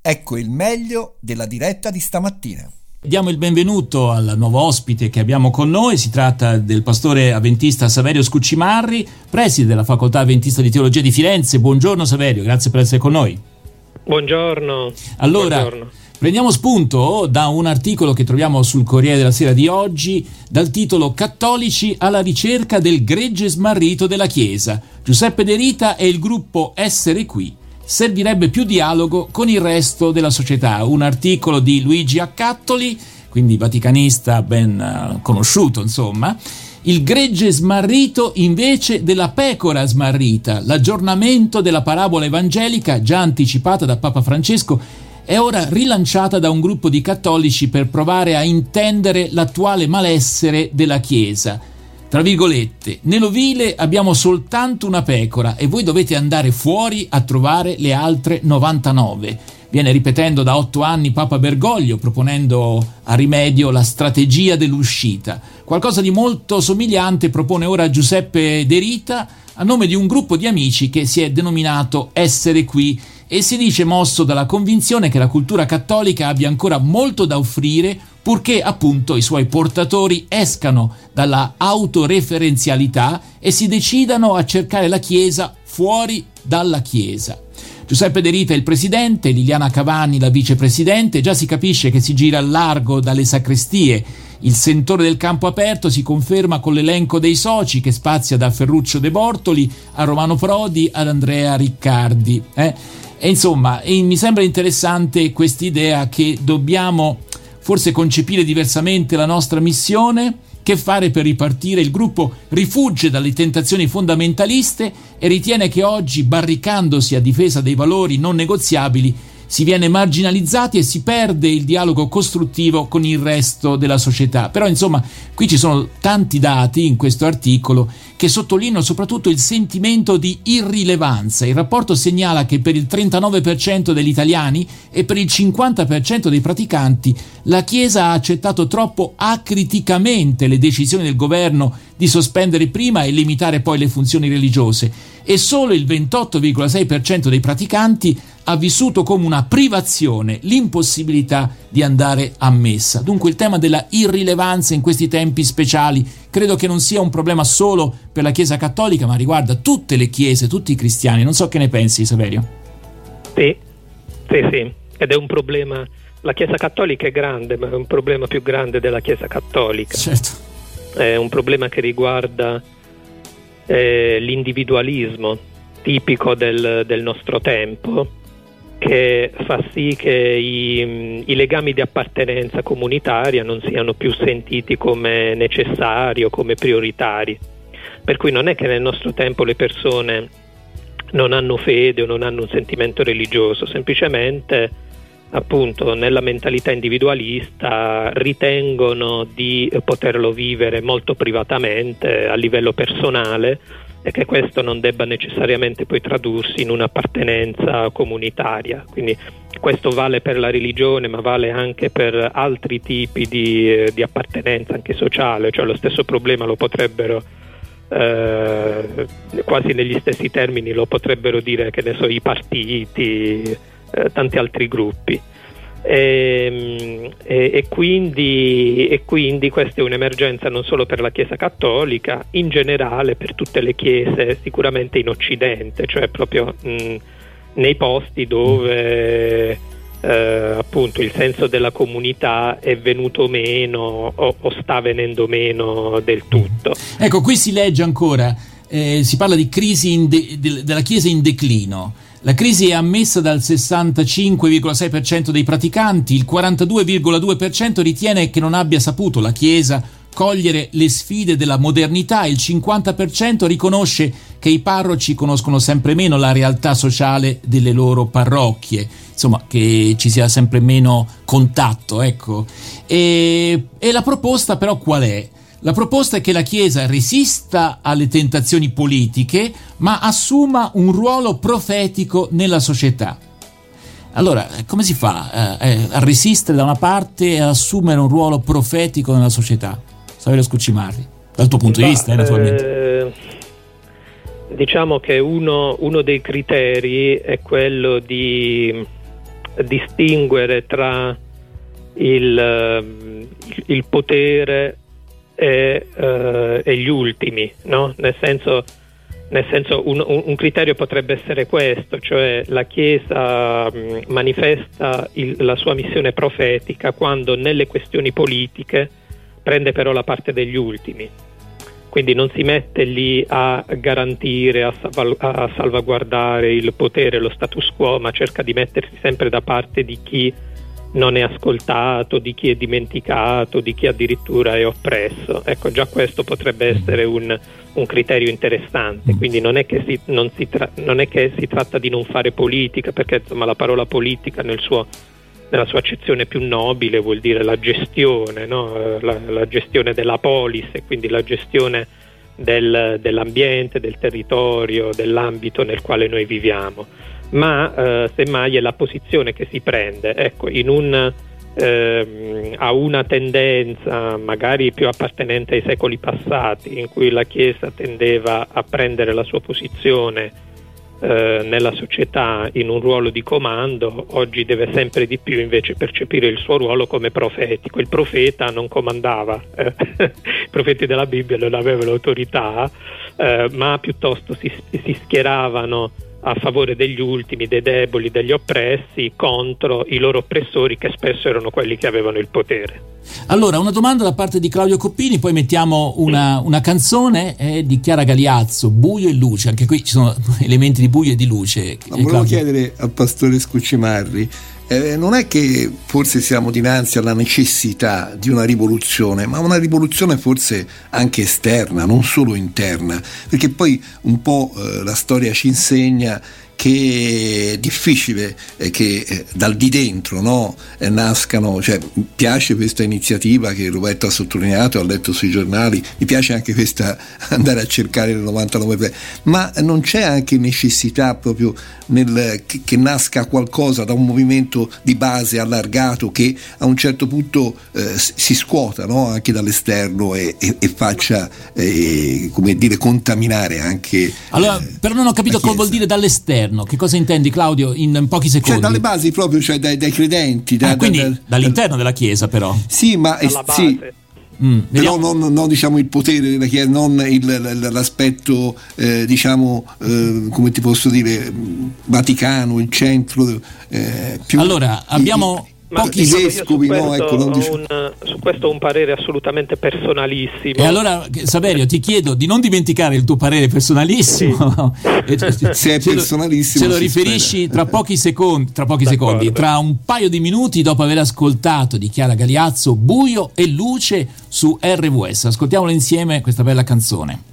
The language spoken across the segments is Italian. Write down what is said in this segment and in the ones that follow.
Ecco il meglio della diretta di stamattina. Diamo il benvenuto al nuovo ospite che abbiamo con noi. Si tratta del pastore avventista Saverio Scuccimarri, preside della Facoltà Avventista di Teologia di Firenze. Buongiorno Saverio, grazie per essere con noi. Buongiorno. Allora, prendiamo spunto da un articolo che troviamo sul Corriere della Sera di oggi, dal titolo "Cattolici alla ricerca del gregge smarrito della Chiesa. Giuseppe De Rita e il gruppo Essere Qui. Servirebbe più dialogo con il resto della società". Un articolo di Luigi Accattoli, quindi vaticanista ben conosciuto, insomma. Il gregge smarrito invece della pecora smarrita, l'aggiornamento della parabola evangelica già anticipata da Papa Francesco è ora rilanciata da un gruppo di cattolici per provare a intendere l'attuale malessere della Chiesa. Tra virgolette, nell'ovile abbiamo soltanto una pecora e voi dovete andare fuori a trovare le altre 99. Viene ripetendo da 8 anni Papa Bergoglio, proponendo a rimedio la strategia dell'uscita. Qualcosa di molto somigliante propone ora Giuseppe De Rita a nome di un gruppo di amici che si è denominato Essere Qui e si dice mosso dalla convinzione che la cultura cattolica abbia ancora molto da offrire, purché appunto i suoi portatori escano dalla autoreferenzialità e si decidano a cercare la Chiesa fuori dalla Chiesa. Giuseppe De Rita è il presidente, Liliana Cavani la vicepresidente. Già si capisce che si gira al largo dalle sacrestie. Il sentore del campo aperto si conferma con l'elenco dei soci che spazia da Ferruccio De Bortoli a Romano Prodi ad Andrea Riccardi. E insomma, mi sembra interessante quest'idea che dobbiamo forse concepire diversamente la nostra missione. Che fare per ripartire? Il gruppo rifugge dalle tentazioni fondamentaliste e ritiene che oggi, barricandosi a difesa dei valori non negoziabili, si viene marginalizzati e si perde il dialogo costruttivo con il resto della società. Però insomma, qui ci sono tanti dati in questo articolo che sottolineano soprattutto il sentimento di irrilevanza. Il rapporto segnala che per il 39% degli italiani e per il 50% dei praticanti la Chiesa ha accettato troppo acriticamente le decisioni del governo di sospendere prima e limitare poi le funzioni religiose, e solo il 28,6% dei praticanti ha vissuto come una privazione l'impossibilità di andare a messa. Dunque il tema della irrilevanza in questi tempi speciali credo che non sia un problema solo per la Chiesa cattolica, ma riguarda tutte le chiese, tutti i cristiani. Non so che ne pensi, Saverio. Sì, ed è un problema. La Chiesa cattolica è grande, ma è un problema più grande della Chiesa cattolica. Certo. È un problema che riguarda l'individualismo tipico del nostro tempo, che fa sì che i legami di appartenenza comunitaria non siano più sentiti come necessari o come prioritari. Per cui non è che nel nostro tempo le persone non hanno fede o non hanno un sentimento religioso, semplicemente appunto nella mentalità individualista ritengono di poterlo vivere molto privatamente a livello personale e che questo non debba necessariamente poi tradursi in un'appartenenza comunitaria. Quindi questo vale per la religione, ma vale anche per altri tipi di appartenenza anche sociale. Cioè lo stesso problema lo potrebbero quasi negli stessi termini lo potrebbero dire, che ne so, i partiti, tanti altri gruppi, e quindi questa è un'emergenza non solo per la Chiesa cattolica, in generale per tutte le chiese, sicuramente in Occidente, cioè proprio nei posti dove appunto il senso della comunità è venuto meno o sta venendo meno del tutto. Ecco, qui si legge ancora, si parla di crisi della Chiesa in declino. La crisi è ammessa dal 65,6% dei praticanti, il 42,2% ritiene che non abbia saputo la Chiesa cogliere le sfide della modernità, il 50% riconosce che i parroci conoscono sempre meno la realtà sociale delle loro parrocchie, insomma che ci sia sempre meno contatto, ecco. E la proposta però qual è? La proposta è che la Chiesa resista alle tentazioni politiche, ma assuma un ruolo profetico nella società. Allora, come si fa a resistere da una parte e a assumere un ruolo profetico nella società? Saverio Scuccimarri, dal tuo punto di vista, naturalmente. Diciamo che uno dei criteri è quello di distinguere tra il potere e gli ultimi, no? Nel senso un criterio potrebbe essere questo, cioè la Chiesa manifesta la sua missione profetica quando nelle questioni politiche prende però la parte degli ultimi, quindi non si mette lì a garantire, a salvaguardare il potere, lo status quo, ma cerca di mettersi sempre da parte di chi non è ascoltato, di chi è dimenticato, di chi addirittura è oppresso. Ecco, già questo potrebbe essere un criterio interessante. Quindi non è che si tratta di non fare politica, perché insomma la parola politica nella sua accezione più nobile vuol dire la gestione, no? La gestione della polis, e quindi la gestione dell'ambiente, del territorio, dell'ambito nel quale noi viviamo. Ma semmai è la posizione che si prende, ecco, a una tendenza magari più appartenente ai secoli passati, in cui la Chiesa tendeva a prendere la sua posizione nella società in un ruolo di comando. Oggi deve sempre di più invece percepire il suo ruolo come profetico. Il profeta non comandava, i profeti della Bibbia non avevano autorità, ma piuttosto si schieravano a favore degli ultimi, dei deboli, degli oppressi, contro i loro oppressori, che spesso erano quelli che avevano il potere. Allora, una domanda da parte di Claudio Coppini, poi mettiamo una canzone di Chiara Galiazzo, Buio e Luce. Anche qui ci sono elementi di buio e di luce. Volevo chiedere al pastore Scuccimarri, non è che forse siamo dinanzi alla necessità di una rivoluzione, ma una rivoluzione forse anche esterna, non solo interna, perché poi un po' la storia ci insegna che è difficile che dal di dentro, no, nascano, cioè mi piace questa iniziativa che Roberto ha sottolineato, ha letto sui giornali, mi piace anche questa andare a cercare le 99, ma non c'è anche necessità proprio che nasca qualcosa da un movimento di base allargato che a un certo punto si scuota, no, anche dall'esterno e faccia come dire contaminare anche. Allora, però non ho capito cosa vuol dire dall'esterno. Che cosa intendi, Claudio, in pochi secondi? Cioè dalle basi proprio, cioè dai credenti. Quindi dall'interno della Chiesa, però. Sì, ma sì. Però non diciamo il potere della Chiesa, non l'aspetto diciamo come ti posso dire Vaticano, il centro più. Allora abbiamo pochi vescovi, no? Su questo ho un parere assolutamente personalissimo. E allora, Saverio, ti chiedo di non dimenticare il tuo parere personalissimo. Sì. Se è personalissimo, ce lo riferisci tra pochi secondi, tra un paio di minuti, dopo aver ascoltato di Chiara Galiazzo Buio e Luce su RWS. Ascoltiamolo insieme, questa bella canzone.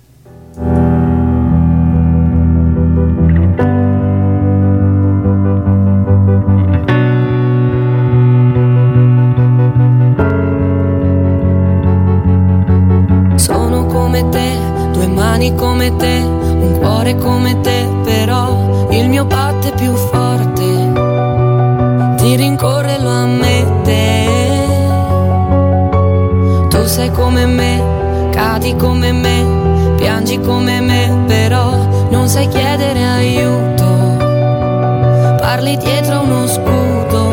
Come te, un cuore come te, però il mio batte più forte, ti rincorre, lo ammette. Tu sei come me, cadi come me, piangi come me, però non sai chiedere aiuto, parli dietro uno scudo.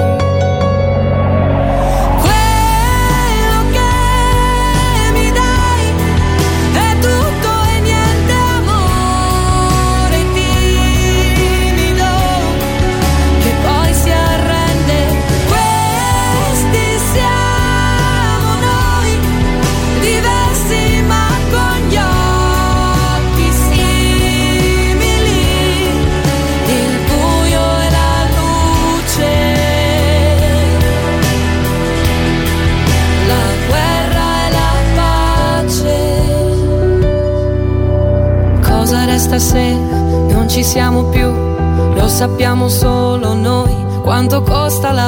Se non ci siamo più, lo sappiamo solo noi, quanto costa la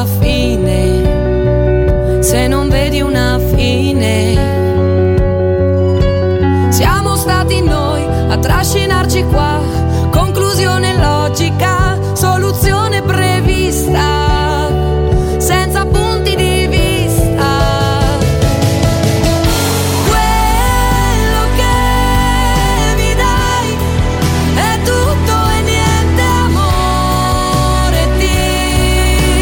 fine, se non vedi una fine. Siamo stati noi a trascinarci qua, conclusione logica, soluzione prevista, senza punti di vista. Tutto e niente, amore, dimmi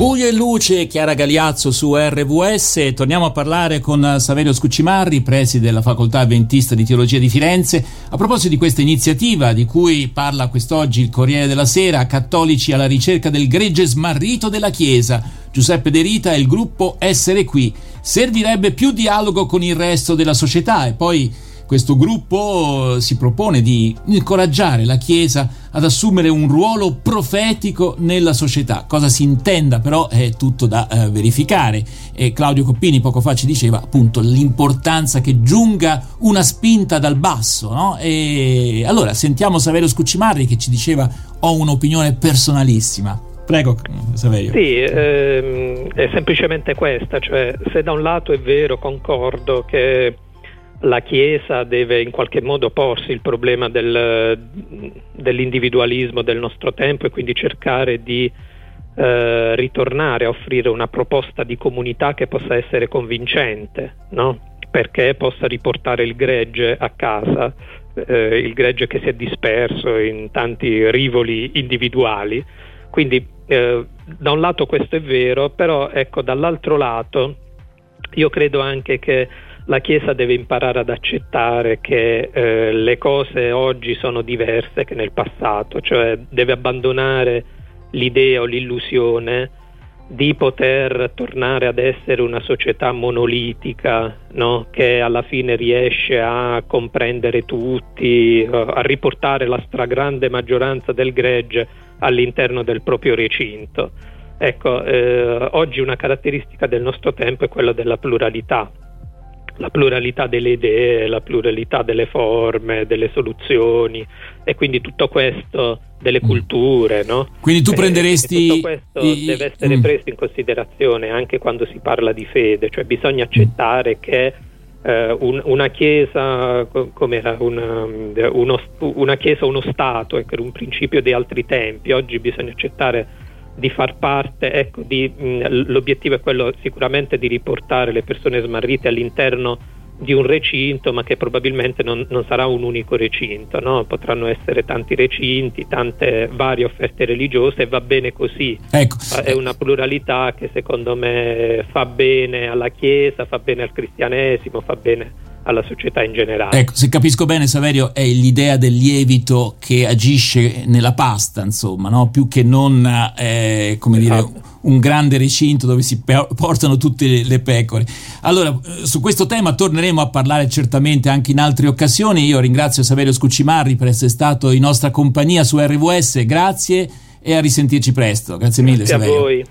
Buio e luce, Chiara Galiazzo su RVS. Torniamo a parlare con Saverio Scuccimarri, preside della Facoltà Adventista di Teologia di Firenze, a proposito di questa iniziativa di cui parla quest'oggi il Corriere della Sera, Cattolici alla ricerca del gregge smarrito della Chiesa. Giuseppe De Rita e il gruppo Essere Qui. Servirebbe più dialogo con il resto della società, e poi questo gruppo si propone di incoraggiare la Chiesa ad assumere un ruolo profetico nella società. Cosa si intenda però è tutto da verificare, e Claudio Coppini poco fa ci diceva appunto l'importanza che giunga una spinta dal basso, no? E allora sentiamo Saverio Scuccimarri che ci diceva: ho un'opinione personalissima. Prego, Saverio. Sì, è semplicemente questa, cioè se da un lato è vero, concordo che la Chiesa deve in qualche modo porsi il problema dell'individualismo del nostro tempo, e quindi cercare di ritornare a offrire una proposta di comunità che possa essere convincente, no? Perché possa riportare il gregge a casa, il gregge che si è disperso in tanti rivoli individuali. Quindi da un lato questo è vero, però ecco, dall'altro lato io credo anche che la Chiesa deve imparare ad accettare che le cose oggi sono diverse che nel passato, cioè deve abbandonare l'idea o l'illusione di poter tornare ad essere una società monolitica, no? Che alla fine riesce a comprendere tutti, a riportare la stragrande maggioranza del gregge all'interno del proprio recinto. Ecco, oggi una caratteristica del nostro tempo è quella della pluralità. La pluralità delle idee, la pluralità delle forme, delle soluzioni, e quindi tutto questo delle culture, no? Quindi tu prenderesti... Tutto questo deve essere preso in considerazione anche quando si parla di fede, cioè bisogna accettare che una chiesa, com'era una chiesa, uno stato, che era un principio di altri tempi, oggi bisogna accettare di far parte, ecco, l'obiettivo è quello sicuramente di riportare le persone smarrite all'interno di un recinto, ma che probabilmente non sarà un unico recinto, no? Potranno essere tanti recinti, tante varie offerte religiose, e va bene così. Ecco. È una pluralità che secondo me fa bene alla Chiesa, fa bene al cristianesimo, fa bene alla società in generale. Ecco, se capisco bene, Saverio, è l'idea del lievito che agisce nella pasta, insomma, no? Più che non come dire, un grande recinto dove si portano tutte le pecore. Allora, su questo tema torneremo a parlare certamente anche in altre occasioni. Io ringrazio Saverio Scuccimarri per essere stato in nostra compagnia su RVS. Grazie, e a risentirci presto. Grazie mille, Saverio. A voi.